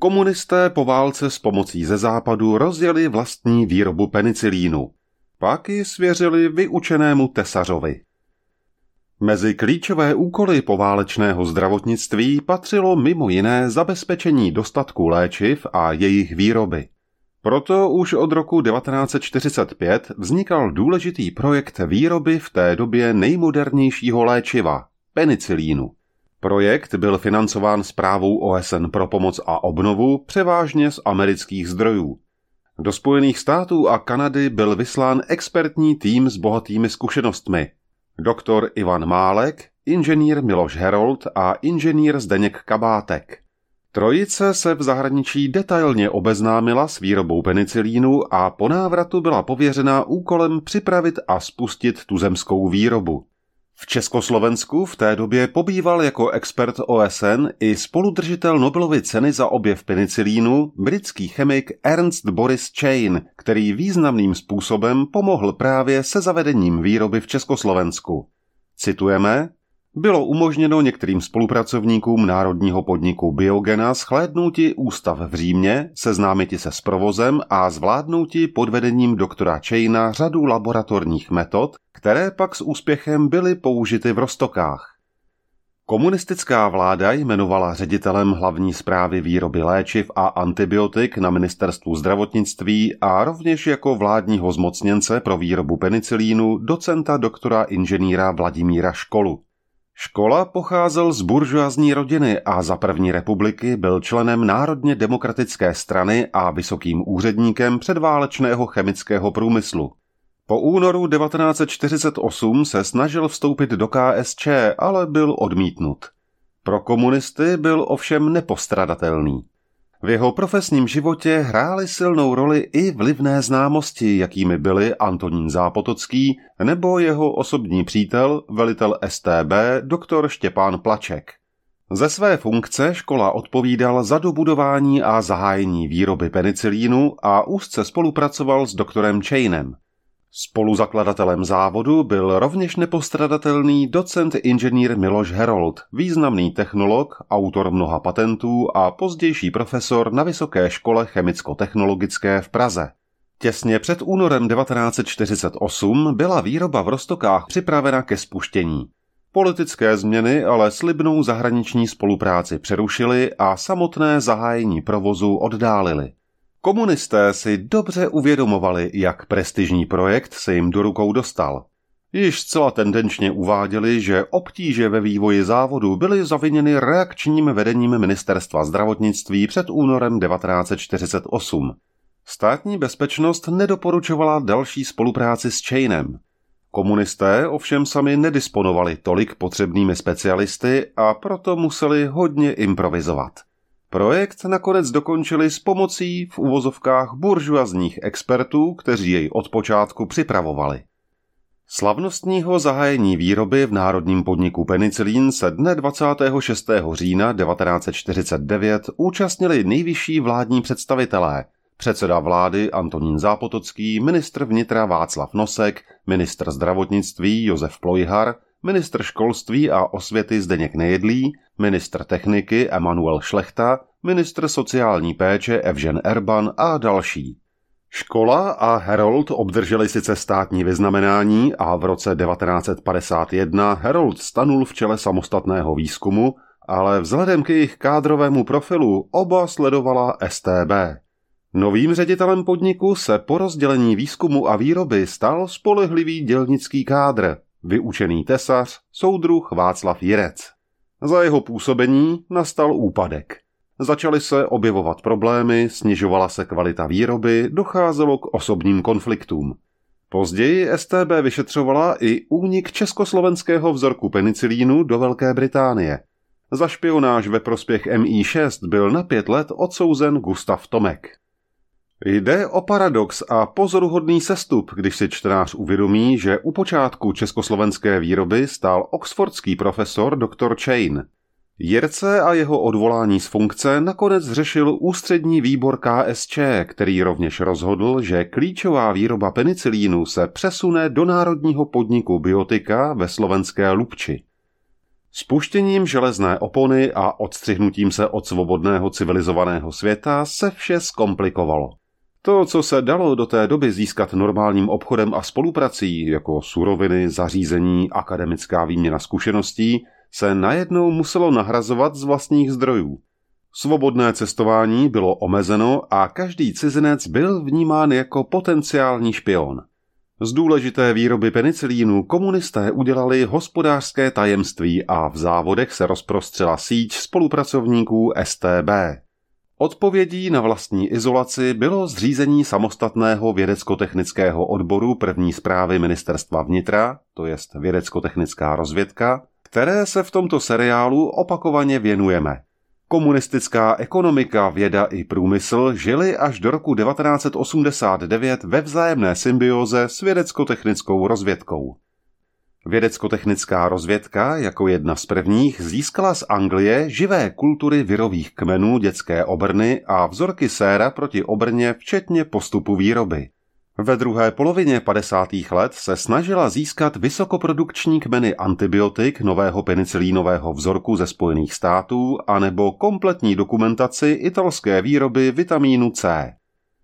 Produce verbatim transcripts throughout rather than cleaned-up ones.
Komunisté po válce s pomocí ze západu rozjeli vlastní výrobu penicilínu. Pak ji svěřili vyučenému tesařovi. Mezi klíčové úkoly poválečného zdravotnictví patřilo mimo jiné zabezpečení dostatku léčiv a jejich výroby. Proto už od roku devatenáct set čtyřicet pět vznikal důležitý projekt výroby v té době nejmodernějšího léčiva – penicilínu. Projekt byl financován Správou O S N pro pomoc a obnovu převážně z amerických zdrojů. Do Spojených států a Kanady byl vyslán expertní tým s bohatými zkušenostmi. Doktor Ivan Málek, inženýr Miloš Herold a inženýr Zdeněk Kabátek. Trojice se v zahraničí detailně obeznámila s výrobou penicilínu a po návratu byla pověřena úkolem připravit a spustit tuzemskou výrobu. V Československu v té době pobýval jako expert O S N i spoludržitel Nobelovy ceny za objev penicilínu, britský chemik Ernst Boris Chain, který významným způsobem pomohl právě se zavedením výroby v Československu. Citujeme: bylo umožněno některým spolupracovníkům národního podniku Biogena shlédnouti ústav v Římě, seznámiti se s provozem a zvládnouti pod vedením doktora Chaina řadu laboratorních metod, které pak s úspěchem byly použity v Roztokách. Komunistická vláda jmenovala ředitelem hlavní správy výroby léčiv a antibiotik na ministerstvu zdravotnictví a rovněž jako vládního zmocněnce pro výrobu penicilínu docenta doktora inženýra Vladimíra Školu. Škola pocházel z buržoazní rodiny a za první republiky byl členem Národně demokratické strany a vysokým úředníkem předválečného chemického průmyslu. Po únoru devatenáct set čtyřicet osm se snažil vstoupit do K S Č, ale byl odmítnut. Pro komunisty byl ovšem nepostradatelný. V jeho profesním životě hrály silnou roli i vlivné známosti, jakými byli Antonín Zápotocký nebo jeho osobní přítel, velitel S T B, doktor Štěpán Plaček. Ze své funkce Škola odpovídal za dobudování a zahájení výroby penicilínu a úzce spolupracoval s doktorem Chainem. Spoluzakladatelem závodu byl rovněž nepostradatelný docent inženýr Miloš Herold, významný technolog, autor mnoha patentů a pozdější profesor na Vysoké škole chemicko-technologické v Praze. Těsně před únorem devatenáct set čtyřicet osm byla výroba v Roztokách připravena ke spuštění. Politické změny ale slibnou zahraniční spolupráci přerušily a samotné zahájení provozu oddálily. Komunisté si dobře uvědomovali, jak prestižní projekt se jim do rukou dostal. Již zcela tendenčně uváděli, že obtíže ve vývoji závodu byly zaviněny reakčním vedením ministerstva zdravotnictví před únorem devatenáct set čtyřicet osm. Státní bezpečnost nedoporučovala další spolupráci s Chainem. Komunisté ovšem sami nedisponovali tolik potřebnými specialisty a proto museli hodně improvizovat. Projekt nakonec dokončili s pomocí v uvozovkách buržoazních expertů, kteří jej od počátku připravovali. Slavnostního zahájení výroby v národním podniku penicilín se dne dvacátého šestého října devatenáct set čtyřicet devět účastnili nejvyšší vládní představitelé, předseda vlády Antonín Zápotocký, ministr vnitra Václav Nosek, ministr zdravotnictví Josef Plojhar, ministr školství a osvěty Zdeněk Nejedlý, ministr techniky Emanuel Šlechta, ministr sociální péče Evžen Erban a další. Škola a Herold obdrželi sice státní vyznamenání a v roce devatenáct set padesát jedna Herold stanul v čele samostatného výzkumu, ale vzhledem k jejich kádrovému profilu oba sledovala S T B. Novým ředitelem podniku se po rozdělení výzkumu a výroby stal spolehlivý dělnický kádr, vyučený tesař, soudruh Václav Jirec. Za jeho působení nastal úpadek. Začaly se objevovat problémy, snižovala se kvalita výroby, docházelo k osobním konfliktům. Později S T B vyšetřovala i únik československého vzorku penicilínu do Velké Británie. Za špionáž ve prospěch M I šest byl na pět let odsouzen Gustav Tomek. Jde o paradox a pozoruhodný sestup, když si čtenář uvědomí, že u počátku československé výroby stál oxfordský profesor doktor Chain. Jirce a jeho odvolání z funkce nakonec řešil ústřední výbor K S Č, který rovněž rozhodl, že klíčová výroba penicilínu se přesune do národního podniku Biotika ve slovenské Lubči. Spuštěním železné opony a odstřihnutím se od svobodného civilizovaného světa se vše zkomplikovalo. To, co se dalo do té doby získat normálním obchodem a spoluprací, jako suroviny, zařízení, akademická výměna zkušeností, se najednou muselo nahrazovat z vlastních zdrojů. Svobodné cestování bylo omezeno a každý cizinec byl vnímán jako potenciální špion. Z důležité výroby penicilínu komunisté udělali hospodářské tajemství a v závodech se rozprostřela síť spolupracovníků S T B. Odpovědí na vlastní izolaci bylo zřízení samostatného vědecko-technického odboru první správy ministerstva vnitra, to jest vědecko-technická rozvědka, které se v tomto seriálu opakovaně věnujeme. Komunistická ekonomika, věda i průmysl žili až do roku devatenáct set osmdesát devět ve vzájemné symbioze s vědecko-technickou rozvědkou. Vědecko-technická rozvědka jako jedna z prvních získala z Anglie živé kultury virových kmenů dětské obrny a vzorky séra proti obrně včetně postupu výroby. Ve druhé polovině padesátých let se snažila získat vysokoprodukční kmeny antibiotik nového penicilínového vzorku ze Spojených států anebo kompletní dokumentaci italské výroby vitamínu C.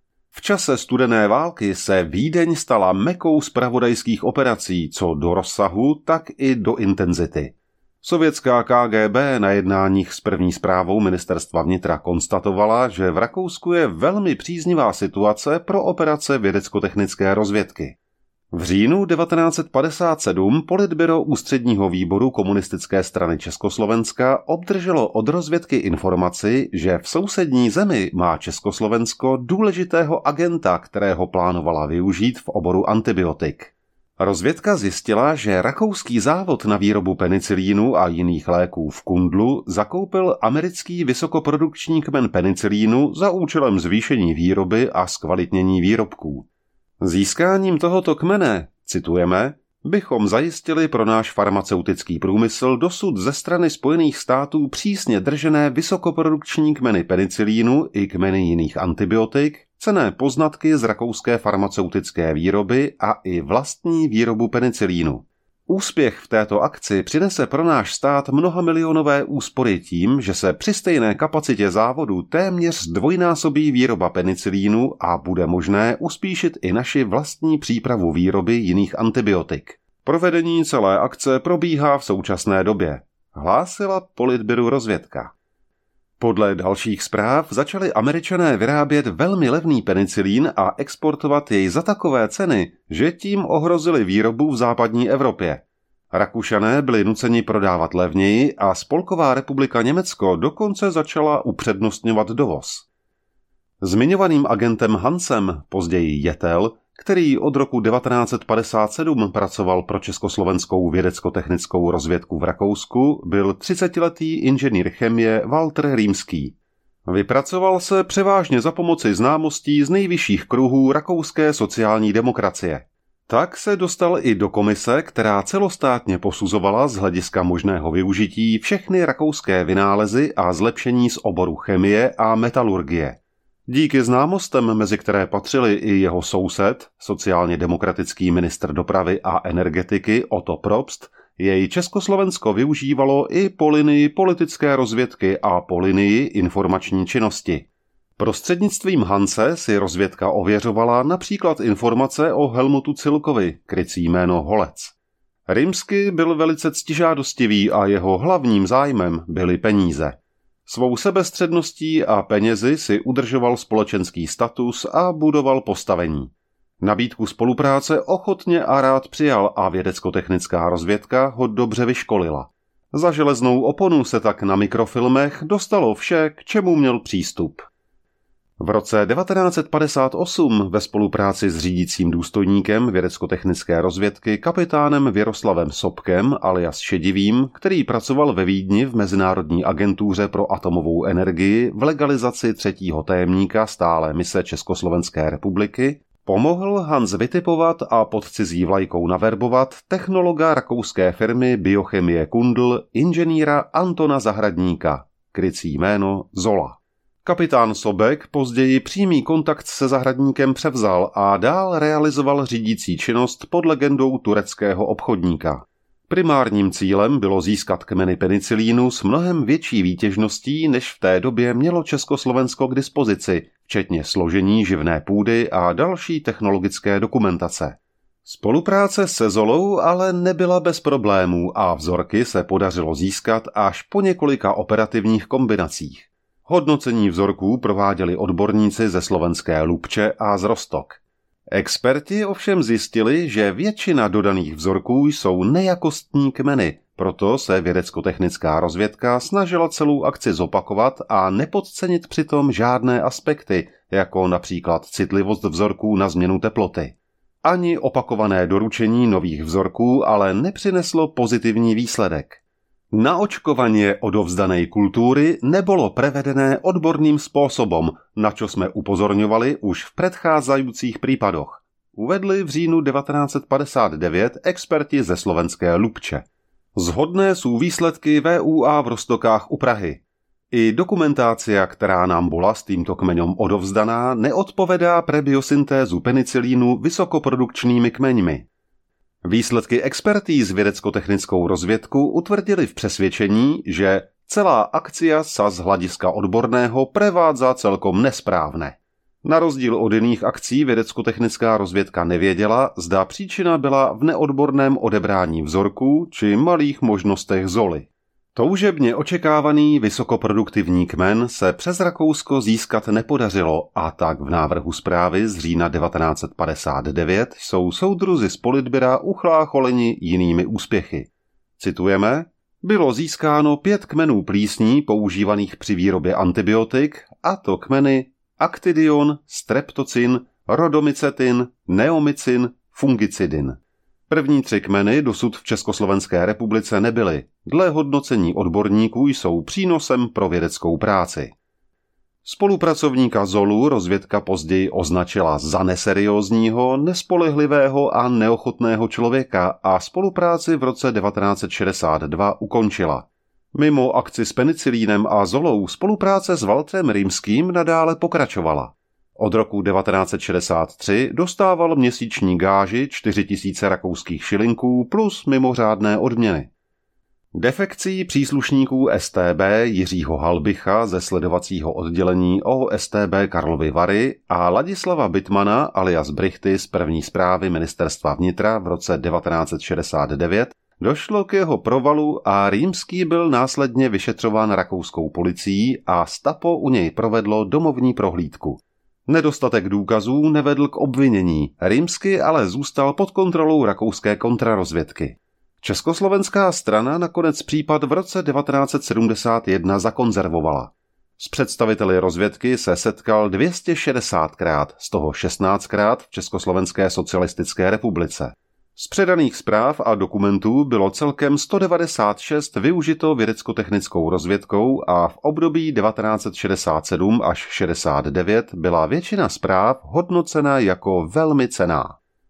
V čase studené války se Vídeň stala mekou zpravodajských operací co do rozsahu, tak i do intenzity. Sovětská K G B na jednáních s první správou ministerstva vnitra konstatovala, že v Rakousku je velmi příznivá situace pro operace vědecko-technické rozvědky. V říjnu devatenáct set padesát sedm politbyro ústředního výboru komunistické strany Československa obdrželo od rozvědky informaci, že v sousední zemi má Československo důležitého agenta, kterého plánovala využít v oboru antibiotik. Rozvědka zjistila, že rakouský závod na výrobu penicilínu a jiných léků v Kundlu zakoupil americký vysokoprodukční kmen penicilínu za účelem zvýšení výroby a zkvalitnění výrobků. Získáním tohoto kmene, citujeme, bychom zajistili pro náš farmaceutický průmysl dosud ze strany Spojených států přísně držené vysokoprodukční kmeny penicilínu i kmeny jiných antibiotik, cenné poznatky z rakouské farmaceutické výroby a i vlastní výrobu penicilínu. Úspěch v této akci přinese pro náš stát mnohamilionové úspory tím, že se při stejné kapacitě závodu téměř zdvojnásobí výroba penicilínu a bude možné uspíšit i naši vlastní přípravu výroby jiných antibiotik. Provedení celé akce probíhá v současné době, hlásila politbyru rozvědka. Podle dalších zpráv začali Američané vyrábět velmi levný penicilín a exportovat jej za takové ceny, že tím ohrozili výrobu v západní Evropě. Rakušané byli nuceni prodávat levněji a Spolková republika Německo dokonce začala upřednostňovat dovoz. Zmiňovaným agentem Hansem, později Jetel, který od roku devatenáct set padesát sedm pracoval pro československou vědecko-technickou rozvědku v Rakousku, byl třicetiletý inženýr chemie Walter Rýmský. Vypracoval se převážně za pomoci známostí z nejvyšších kruhů rakouské sociální demokracie. Tak se dostal i do komise, která celostátně posuzovala z hlediska možného využití všechny rakouské vynálezy a zlepšení z oboru chemie a metalurgie. Díky známostem, mezi které patřili i jeho soused, sociálně demokratický ministr dopravy a energetiky Otto Probst, jej Československo využívalo i po linii politické rozvědky a po linii informační činnosti. Prostřednictvím Hanse si rozvědka ověřovala například informace o Helmutu Cilkovi, krycí jméno Holec. Rýmsky byl velice ctižádostivý a jeho hlavním zájmem byly peníze. Svou sebestředností a penězi si udržoval společenský status a budoval postavení. Nabídku spolupráce ochotně a rád přijal a vědecko-technická rozvědka ho dobře vyškolila. Za železnou oponu se tak na mikrofilmech dostalo vše, k čemu měl přístup. V roce devatenáct set padesát osm ve spolupráci s řídícím důstojníkem vědecko-technické rozvědky kapitánem Věroslavem Sobkem alias Šedivým, který pracoval ve Vídni v Mezinárodní agentuře pro atomovou energii v legalizaci třetího tajemníka stálé mise Československé republiky, pomohl Hans vytipovat a pod cizí vlajkou naverbovat technologa rakouské firmy Biochemie Kundl inženýra Antona Zahradníka, krycí jméno Zola. Kapitán Sobek později přímý kontakt se Zahradníkem převzal a dál realizoval řídící činnost pod legendou tureckého obchodníka. Primárním cílem bylo získat kmeny penicilínu s mnohem větší výtěžností, než v té době mělo Československo k dispozici, včetně složení živné půdy a další technologické dokumentace. Spolupráce se Zolou ale nebyla bez problémů a vzorky se podařilo získat až po několika operativních kombinacích. Hodnocení vzorků prováděli odborníci ze slovenské Lubče a z Roztok. Experti ovšem zjistili, že většina dodaných vzorků jsou nejakostní kmeny, proto se vědecko-technická rozvědka snažila celou akci zopakovat a nepodcenit přitom žádné aspekty, jako například citlivost vzorků na změnu teploty. Ani opakované doručení nových vzorků ale nepřineslo pozitivní výsledek. Naočkovanie odovzdanej kultúry nebolo prevedené odborným spôsobom, na čo sme upozorňovali už v predchádzajúcich prípadoch. Uvedli v říjnu devätnásť päťdesiatdeväť experti ze slovenské Lubče. Zhodné sú výsledky vé ú á v Roztokách u Prahy. I dokumentácia, ktorá nám bola s týmto kmeňom odovzdaná, neodpovedá pre biosyntézu penicilínu vysokoprodukčnými kmeňmi. Výsledky expertíz vědecko-technickou rozvědku utvrdili v přesvědčení, že celá akcia sa z hľadiska odborného prevádza celkom nesprávne. Na rozdíl od jiných akcí vědecko-technická rozvědka nevěděla, zda příčina byla v neodborném odebrání vzorků či malých možnostech Zoly. Toužebně očekávaný vysokoproduktivní kmen se přes Rakousko získat nepodařilo a tak v návrhu zprávy z října devätnásť päťdesiatdeväť jsou soudruzi z Politbyra uchlácholeni jinými úspěchy. Citujeme: bylo získáno pět kmenů plísní používaných při výrobě antibiotik, a to kmeny Actidion, Streptocin, Rodomycetin, Neomycin, Fungicidin. První tři kmeny dosud v Československé republice nebyly. Dle hodnocení odborníků jsou přínosem pro vědeckou práci. Spolupracovníka Zolu rozvědka později označila za neseriózního, nespolehlivého a neochotného člověka a spolupráci v roce devätnásť šedesát dva ukončila. Mimo akci s penicilínem a Zolou spolupráce s Waltrem Rýmským nadále pokračovala. Od roku devätnásť šedesát tři dostával měsíční gáži čtyři tisíce rakouských šilinků plus mimořádné odměny. Defekcí příslušníků es té bé Jiřího Halbicha ze sledovacího oddělení ó es té bé Karlovy Vary a Ladislava Bittmana alias Brichty z první správy ministerstva vnitra v roce devätnásť šedesát deväť došlo k jeho provalu a Rýmský byl následně vyšetřován rakouskou policií a Stapo u něj provedlo domovní prohlídku. Nedostatek důkazů nevedl k obvinění, Rýmský ale zůstal pod kontrolou rakouské kontrarozvědky. Československá strana nakonec případ v roce devätnásť sedemdesiat jedna zakonzervovala. S představiteli rozvědky se setkal dvě stě šedesátkrát, z toho šestnáctkrát v Československé socialistické republice. Z předaných zpráv a dokumentů bylo celkem sto devadesát šest využito vědecko-technickou rozvědkou a v období devätnásť šedesát sedm až šedesát devět byla většina zpráv hodnocena jako velmi cenná.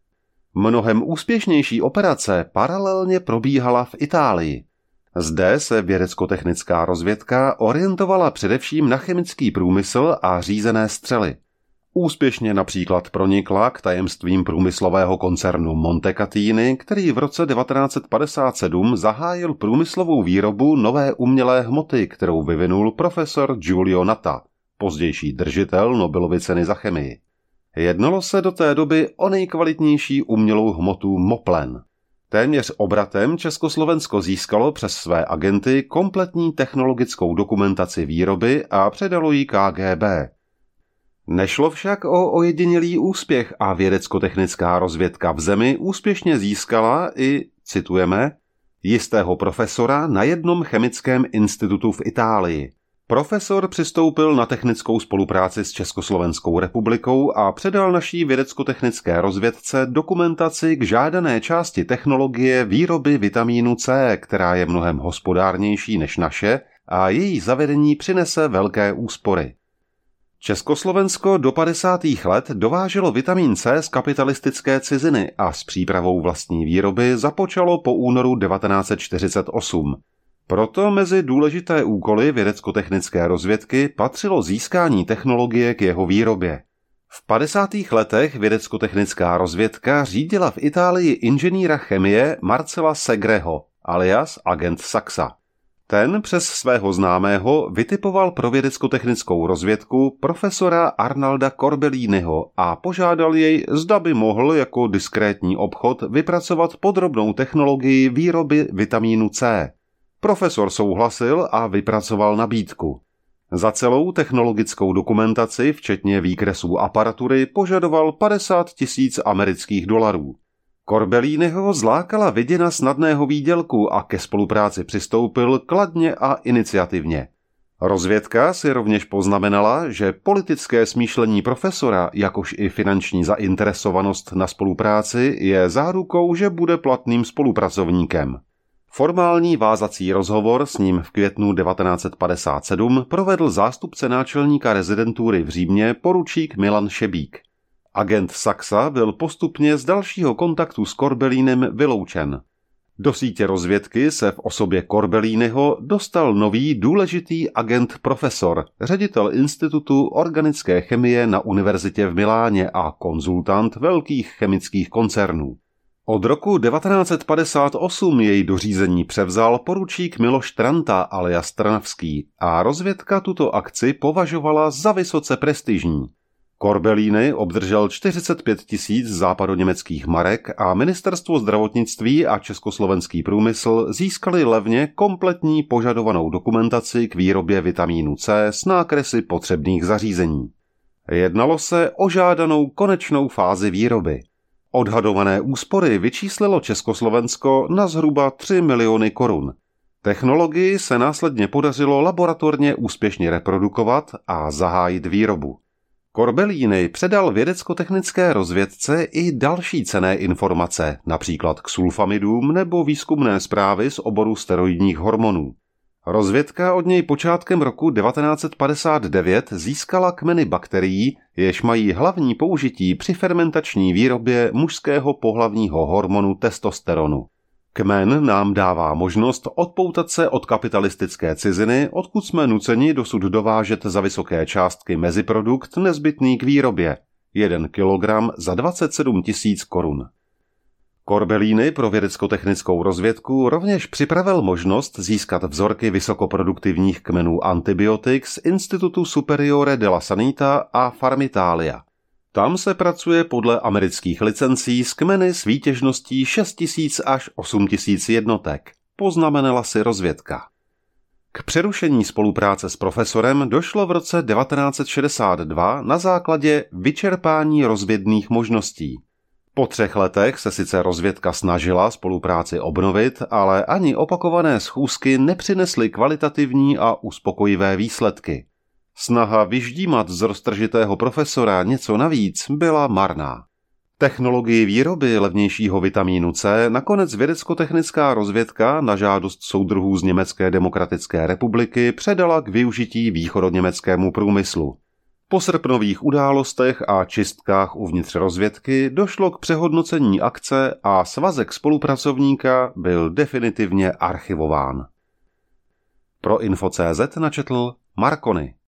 Mnohem úspěšnější operace paralelně probíhala v Itálii. Zde se vědecko-technická rozvědka orientovala především na chemický průmysl a řízené střely. Úspěšně například pronikla k tajemstvím průmyslového koncernu Montecatini, který v roce devätnásť padesát sedm zahájil průmyslovou výrobu nové umělé hmoty, kterou vyvinul profesor Giulio Natta, pozdější držitel Nobelovy ceny za chemii. Jednalo se do té doby o nejkvalitnější umělou hmotu Moplen. Téměř obratem Československo získalo přes své agenty kompletní technologickou dokumentaci výroby a předalo ji ká gé bé. Nešlo však o ojedinělý úspěch a vědecko-technická rozvědka v zemi úspěšně získala i, citujeme, jistého profesora na jednom chemickém institutu v Itálii. Profesor přistoupil na technickou spolupráci s Československou republikou a předal naší vědecko-technické rozvědce dokumentaci k žádané části technologie výroby vitamínu C, která je mnohem hospodárnější než naše a její zavedení přinese velké úspory. Československo do padesátých let dováželo vitamin C z kapitalistické ciziny a s přípravou vlastní výroby započalo po únoru devätnásť čtyřicet osm. Proto mezi důležité úkoly vědecko-technické rozvědky patřilo získání technologie k jeho výrobě. V padesátých letech vědecko-technická rozvědka řídila v Itálii inženýra chemie Marcela Segreho, alias agent Saxa. Ten přes svého známého vytipoval pro vědecko-technickou rozvědku profesora Arnalda Corbelliniho a požádal jej, zda by mohl jako diskrétní obchod vypracovat podrobnou technologii výroby vitamínu C. Profesor souhlasil a vypracoval nabídku. Za celou technologickou dokumentaci, včetně výkresů aparatury, požadoval padesát tisíc amerických dolarů. Corbelliniho zlákala viděna snadného výdělku a ke spolupráci přistoupil kladně a iniciativně. Rozvědka si rovněž poznamenala, že politické smýšlení profesora, jakož i finanční zainteresovanost na spolupráci je zárukou, že bude platným spolupracovníkem. Formální vázací rozhovor s ním v květnu devatenáct set padesát sedm provedl zástupce náčelníka rezidentury v Římě poručík Milan Šebík. Agent Saxa byl postupně z dalšího kontaktu s Corbellinem vyloučen. Do sítě rozvědky se v osobě Corbelliniho dostal nový důležitý agent profesor, ředitel Institutu organické chemie na univerzitě v Miláně a konzultant velkých chemických koncernů. Od roku devatenáct set padesát osm jej do řízení převzal poručík Miloš Tranta alias Trnavský a rozvědka tuto akci považovala za vysoce prestižní. Corbellini obdržel čtyřicet pět tisíc západoněmeckých marek a ministerstvo zdravotnictví a československý průmysl získali levně kompletní požadovanou dokumentaci k výrobě vitamínu C s nákresy potřebných zařízení. Jednalo se o žádanou konečnou fázi výroby. Odhadované úspory vyčíslilo Československo na zhruba tři miliony korun. Technologii se následně podařilo laboratorně úspěšně reprodukovat a zahájit výrobu. Corbellini předal vědecko-technické rozvědce i další cenné informace, například k sulfamidům nebo výzkumné zprávy z oboru steroidních hormonů. Rozvědka od něj počátkem roku devatenáct set padesát devět získala kmeny bakterií, jež mají hlavní použití při fermentační výrobě mužského pohlavního hormonu testosteronu. Kmen nám dává možnost odpoutat se od kapitalistické ciziny, odkud jsme nuceni dosud dovážet za vysoké částky meziprodukt nezbytný k výrobě, jeden kilogram za dvacet sedm tisíc korun. Corbellini pro vědecko-technickou rozvědku rovněž připravil možnost získat vzorky vysokoproduktivních kmenů antibiotik z Institutu Superiore della Sanità a Farmitalia. Tam se pracuje podle amerických licencí s kmeny s výtěžností šest tisíc až osm tisíc jednotek, poznamenala si rozvědka. K přerušení spolupráce s profesorem došlo v roce devatenáct set šedesát dva na základě vyčerpání rozvědných možností. Po třech letech se sice rozvědka snažila spolupráci obnovit, ale ani opakované schůzky nepřinesly kvalitativní a uspokojivé výsledky. Snaha vyždímat z roztržitého profesora něco navíc byla marná. Technologii výroby levnějšího vitamínu C nakonec vědecko-technická rozvědka na žádost soudruhů z Německé demokratické republiky předala k využití východoněmeckému průmyslu. Po srpnových událostech a čistkách uvnitř rozvědky došlo k přehodnocení akce a svazek spolupracovníka byl definitivně archivován. Pro info tečka cé zet načetl Marconi.